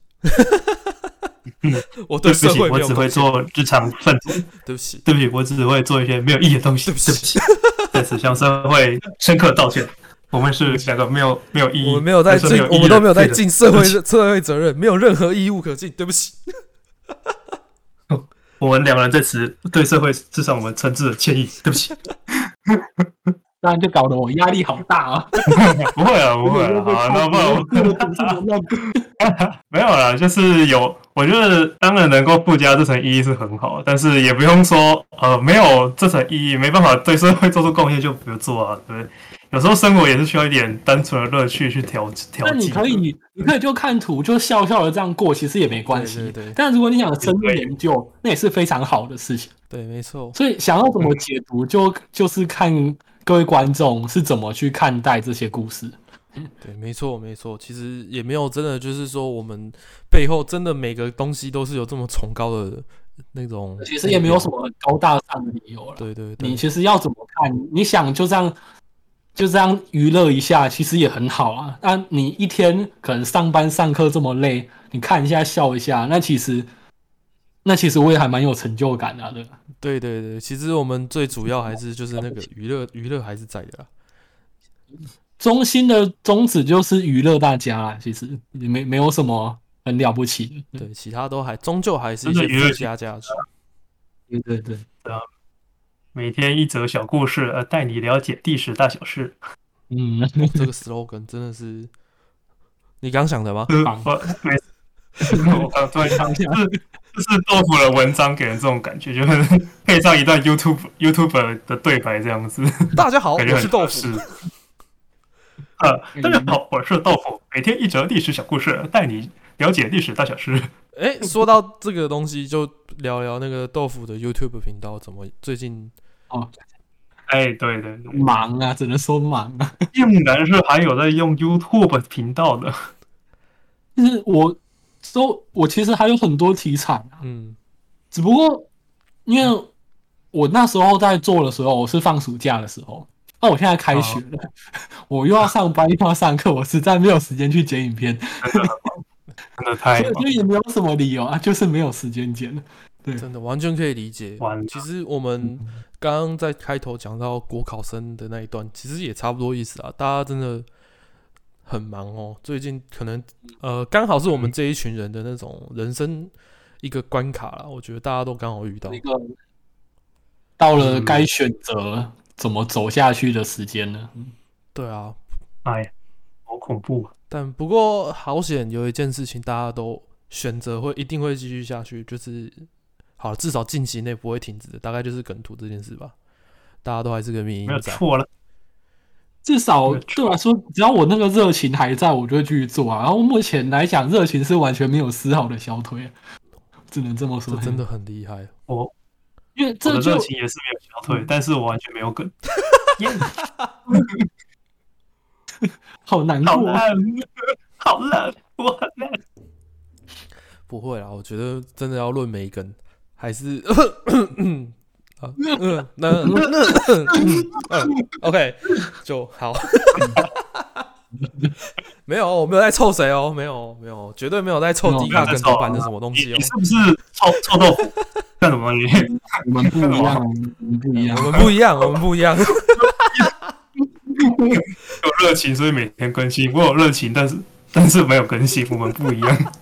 我对社会没有贡献， 我只会做日常分子。 对不起， 我只会做一些没有意义的东西。对不起，在此向社会深刻道歉。我们是两个没有意义， 我们没有在尽，我们都没有在尽社会责任，没有任何义务可尽。对不起。 我们两个人在此对社会致上我们诚挚的歉意。对不起。 当然就搞得我压力好大啊！ 不会啊，好，那不没有啦，就是我觉得当然能够附加这层意义是很好，但是也不用说没有这层意义，没办法对社会做出贡献就不要做啊，对不对？有时候生活也是需要一点单纯的乐趣去调剂。 那你可以就看图，就笑笑的这样过，其实也没关系。 对。 但如果你想深入研究，那也是非常好的事情。 对，没错。 所以想要怎么解读，就是看各位观众是怎么去看待这些故事。 对，没错。其实也没有真的就是说，我们背后真的每个东西都是有这么崇高的那种。 其实也没有什么高大上的理由了。 对。 你其实要怎么看？你想就这样娱乐一下，其实也很好啊。那你一天可能上班上课这么累，你看一下笑一下，那其实我也还蛮有成就感的。 对，其实我们最主要还是就是那个娱乐还是在的啦。 中心的宗旨就是娱乐大家啦，其实没有什么很了不起的。 对，其他都终究还是一些附加价值。 对。 每天一则小故事，带你了解历史大小事。 这个 slogan 真的是你刚想的吗？ 我刚突然想起来，就是豆腐的文章给人这种感觉，就是配上一段 YouTube 的对白这样子。 大家好，我是豆腐。 大家好，我是豆腐。每天一则历史小故事，带你了解历史大小事。 说到这个东西，就聊聊那个豆腐的 YouTube 频道怎么最近哦， 对， 忙啊，只能说忙啊。 竟然是还有在用 YouTube 频道的。 就是我其实还有很多题材啊，只不过因为我那时候在做的时候，我是放暑假的时候，那我现在开学了，我又要上班又要上课，我实在没有时间去剪影片， 真的太忙， 所以也没有什么理由啊，就是没有时间剪了。对， 真的完全可以理解。其实我们刚刚在开头讲到国考生的那一段，其实也差不多意思啊。大家真的很忙哦，最近可能刚好是我们这一群人的那种人生一个关卡啦。我觉得大家都刚好遇到， 到了该选择怎么走下去的时间了。 对啊， 好恐怖啊！ 但不过好险，有一件事情大家都选择一定会继续下去，就是好，至少近期内不会停止的，大概就是梗图这件事吧。大家都还是个迷因仔， 没有错了。 至少对我来说，只要我那个热情还在，我就会继续做啊。然后目前来讲，热情是完全没有丝毫的消退，只能这么说。 这真的很厉害。 因为我的热情也是没有消退，但是我完全没有梗。 好难过， 好烂，我很烂。 不会啦，我觉得真的要论每一根，还是OK 就好。没有，我没有在臭谁哦，没有，绝对没有在臭迪卡跟头版的什么东西哦。 你是不是臭豆腐？干什么？ 我们不一样， 我们不一样，我们不一样。 有热情，所以每天更新。我有热情，但是没有更新，我们不一样。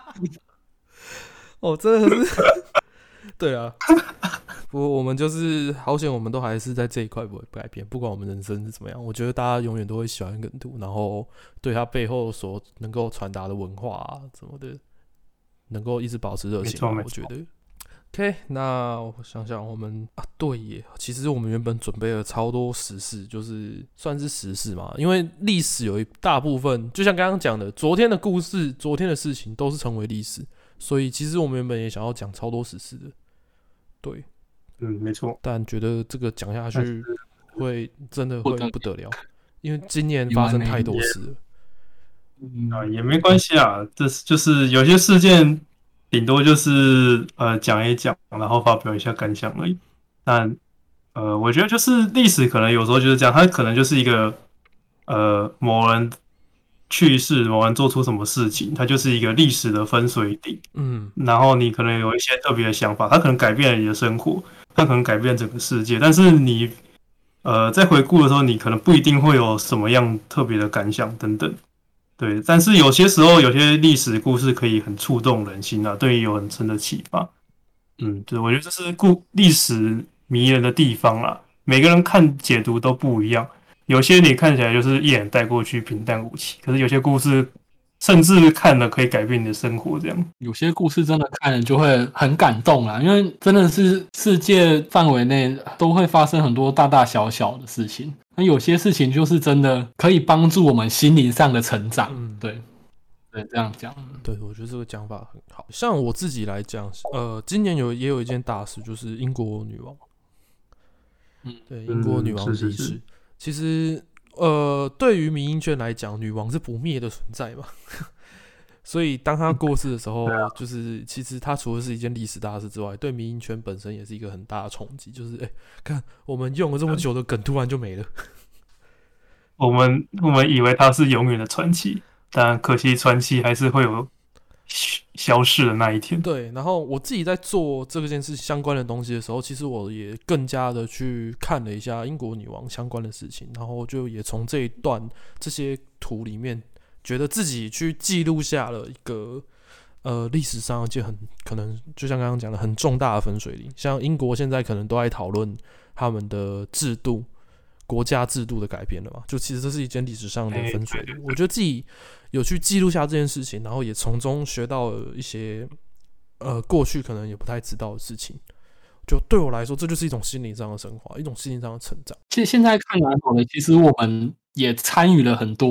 真的是，对啊。不过我们就是好险，我们都还是在这一块不会改变，不管我们人生是怎么样。我觉得大家永远都会喜欢梗图，然后对他背后所能够传达的文化啊什么的，能够一直保持热情。我觉得。OK， 那我想想，我们对耶，其实我们原本准备了超多时事，就是算是时事嘛，因为历史有一大部分，就像刚刚讲的，昨天的故事、昨天的事情都是成为历史，所以其实我们原本也想要讲超多时事的，对， 没错。 但觉得这个讲下去会真的会不得了，因为今年发生太多事了。 也没关系啊，这就是有些事件。顶多就是讲一讲，然后发表一下感想而已。但我觉得就是历史可能有时候就是这样，它可能就是一个某人去世，某人做出什么事情，它就是一个历史的分水岭。然后你可能有一些特别的想法，它可能改变了你的生活，它可能改变整个世界。但是你在回顾的时候，你可能不一定会有什么样特别的感想等等。对，但是有些时候，有些历史故事可以很触动人心啊，对你有很深的启发。对，我觉得这是历史迷人的地方啦。每个人看解读都不一样，有些你看起来就是一眼带过去，平淡无奇，可是有些故事甚至看了可以改变你的生活，这样。 有些故事真的看了就会很感动啦，因为真的是世界范围内都会发生很多大大小小的事情。那有些事情就是真的可以帮助我们心灵上的成长，对，这样讲， 对，我觉得这个讲法很好。像我自己来讲，今年也有一件大事，就是英国女王，对，英国女王离世。其实，对于民音圈来讲，女王是不灭的存在嘛。所以当她过世的时候，就是其实她除了是一件历史大事之外，对民音圈本身也是一个很大的冲击。就是看我们用了这么久的梗，突然就没了。 我们以为它是永远的传奇，但可惜传奇还是会有消逝的那一天。 对，然后我自己在做这件事相关的东西的时候，其实我也更加的去看了一下英国女王相关的事情，然后就也从这些图里面。觉得自己去记录下了一个历史上一件很可能就像刚刚讲的很重大的分水岭，像英国现在可能都在讨论他们的制度、国家制度的改变了嘛，就其实这是一件历史上的分水岭。我觉得自己有去记录下这件事情，然后也从中学到了一些过去可能也不太知道的事情。就对我来说，这就是一种心灵上的升华，一种心灵上的成长。 其实现在看来好了，其实我们也参与了很多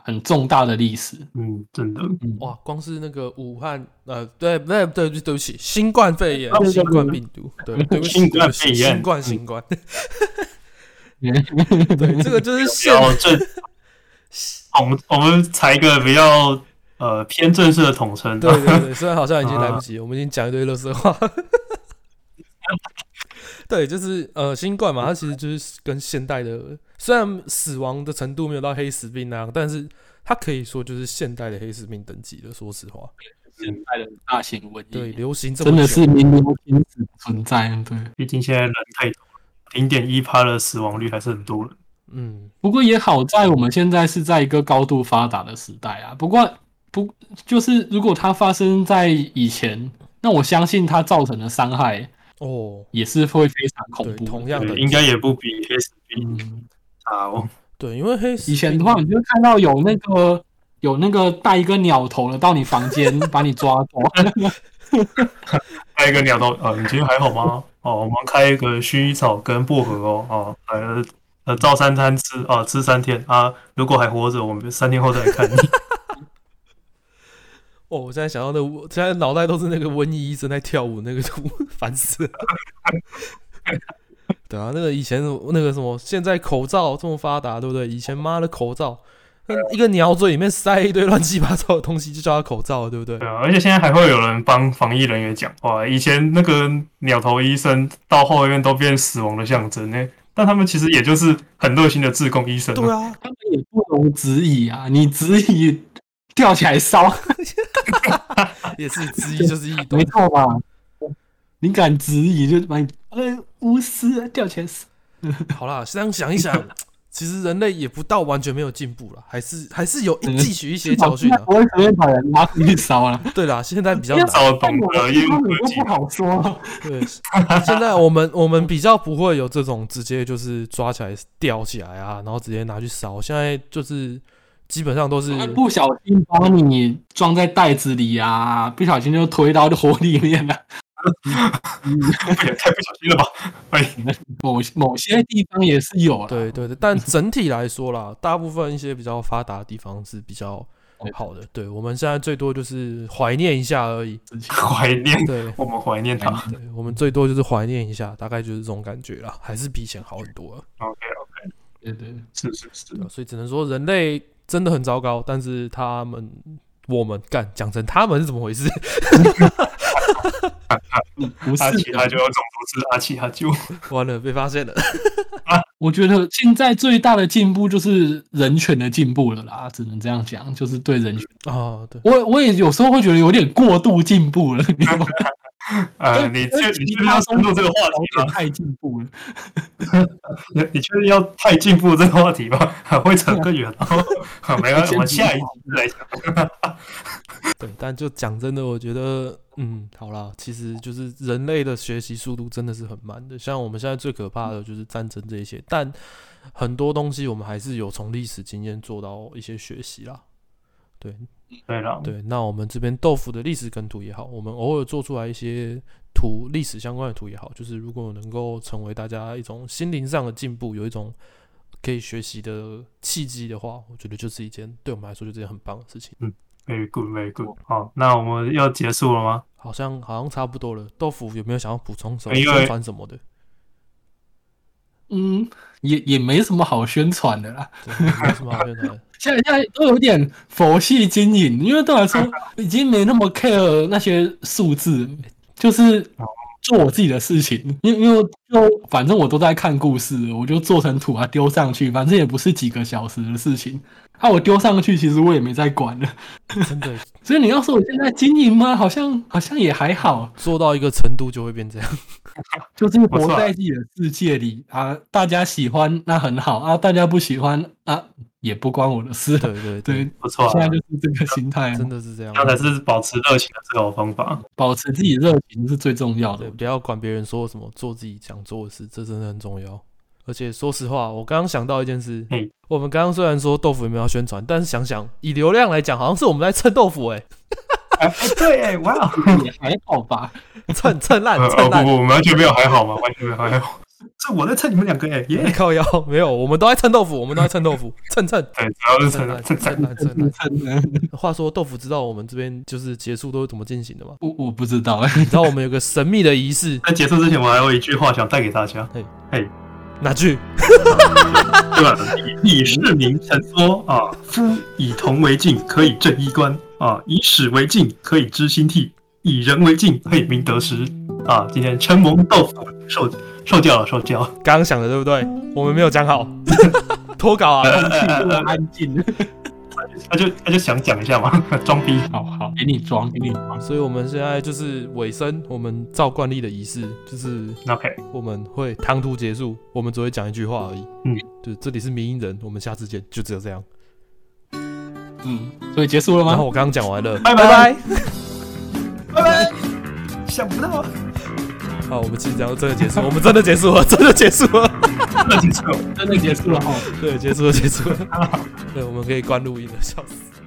很重大的历史。 真的。 哇，光是那个武汉，对不起，新冠肺炎、新冠病毒，对不起， 新冠肺炎， 新冠，对，这个就是我们采一个比较偏正式的统称。 对，虽然好像已经来不及，我们已经讲一堆垃圾话。对，就是新冠嘛，它其实就是跟现代的，虽然死亡的程度没有到黑死病那样，但是它可以说就是现代的黑死病等级的。说实话， 现代的大型瘟疫， 对，流行这么久， 真的是名留青史的存在。对， 毕竟现在人太多，0.1% 的死亡率还是很多人。 不过也好在我们现在是在一个高度发达的时代啊。不过就是如果它发生在以前，那我相信它造成的伤害也是会非常恐怖。 同样的， 应该也不比黑死病差哦。 对，因为黑死病以前的话，你就看到有那个带一个鸟头的到你房间把你抓走。 带一个鸟头你今天还好吗？我们开一个薰衣草跟薄荷哦，照3餐吃吃3天啊，如果还活着，我们3天后再来看你。 我现在想到现在脑袋都是那个瘟疫医生在跳舞那个图，烦死了。对啊，那个以前那个什么，现在口罩这么发达，对不对？以前妈的口罩，一个鸟嘴里面塞一堆乱七八糟的东西，就叫它口罩了，对不对？ 对啊，而且现在还会有人帮防疫人员讲话。以前那个鸟头医生到后面都变死亡的象征呢，但他们其实也就是很热心的志工医生。 对啊， 他们也不容质疑啊，你质疑吊起来烧， 也是质疑就是异端， 没错吧？你敢质疑，就把你无私吊起来死。 好啦，这样想一想，其实人类也不到完全没有进步了，还是有汲取一些教训的。 不会随便把人拿回去烧了。 对啦，现在比较难， 少懂得应用科技， 不好说。 对，现在我们比较不会有这种直接就是抓起来吊起来啊，然后直接拿去烧。现在就是基本上都是不小心把你装在袋子里啊，不小心就推到火里面了。 也太不小心了吧！ 某些地方也是有啦， 对，但整体来说啦，大部分一些比较发达的地方是比较好的。对，我们现在最多就是怀念一下而已。 怀念， 对， 我们怀念它。 对，我们最多就是怀念一下，大概就是这种感觉啦，还是比以前好很多了。 OK， 对， 是。 所以只能说人类真的很糟糕，但是我们讲成他们是怎么回事？ 不是阿奇他就有种族是阿奇他就完了，被发现了。 我觉得现在最大的进步就是人权的进步了啦，只能这样讲，就是对人权对， 我也有时候会觉得有点过度进步了，你知道吗？ 你确定要深入这个话题吗？ 太进步了。 你确定要太进步这个话题吗？会扯更远。没关系，我们下一集来讲。 对，但就讲真的，我觉得，好啦，其实就是人类的学习速度真的是很慢的。像我们现在最可怕的就是战争这一些，但很多东西我们还是有从历史经验做到一些学习啦。对，那我们这边豆腐的历史梗图也好，我们偶尔做出来一些历史相关的图也好，就是如果能够成为大家一种心灵上的进步，有一种可以学习的契机的话，我觉得就是对我们来说就是一件很棒的事情。 Very good。好，那我们要结束了吗？ 好像差不多了。豆腐有没有想要补充什么宣传什么的？ 也没什么好宣传的啦。 对，没什么好宣传的。 现在都有点佛系经营，因为对我来说已经没那么 care 那些数字，就是做我自己的事情。因为就反正我都在看故事，我就做成图啊丢上去，反正也不是几个小时的事情。我丢上去，其实我也没在管了。 真的。 所以你要说我现在经营吗？好像也还好， 做到一个程度就会变这样。 就是活在自己的世界里啊，大家喜欢那很好啊，大家不喜欢啊也不关我的事。对， 不错。 现在就是这个心态， 真的是这样。 这才是保持热情的最好方法。 保持自己热情是最重要的。 对，不要管别人说什么，做自己想做的事，这真的很重要。而且说实话，我刚刚想到一件事，我们刚刚虽然说豆腐有没有要宣传，但是想想以流量来讲，好像是我们在蹭豆腐对，哇， 也还好吧， 蹭烂。 不，完全没有还好吗？完全没有还好。 是我在蹭你们两个哎耶！ 靠腰没有，我们都在蹭豆腐，我们都在蹭豆腐，蹭。 对，主要是蹭。 话说豆腐知道我们这边就是结束都是怎么进行的吗？ 我不知道， 你知道我们有个神秘的仪式。 在结束之前，我还有一句话想带给大家。嘿， 哪句？ 对吧？以市民曾说啊，夫以铜为镜，可以正衣冠啊；以史为镜，可以知兴替；以人为镜，可以明得失啊。今天承蒙豆腐受教了，受教。 刚刚想的对不对？我们没有讲好，脱稿啊， 空气这么安静。 他就想讲一下嘛，装逼。 好，给你装。 所以我们现在就是尾声，我们照惯例的仪式，就是 OK， 我们会唐突结束，我们只会讲一句话而已。就这里是迷因人，我们下次见，就只有这样。 所以结束了吗？ 然后我刚刚讲完了， 拜拜。 想不到。 好，我们其实讲到真的结束，我们真的结束了，真的结束了， 真的结束了哦。 对，结束了。对，我们可以关录音了，笑死。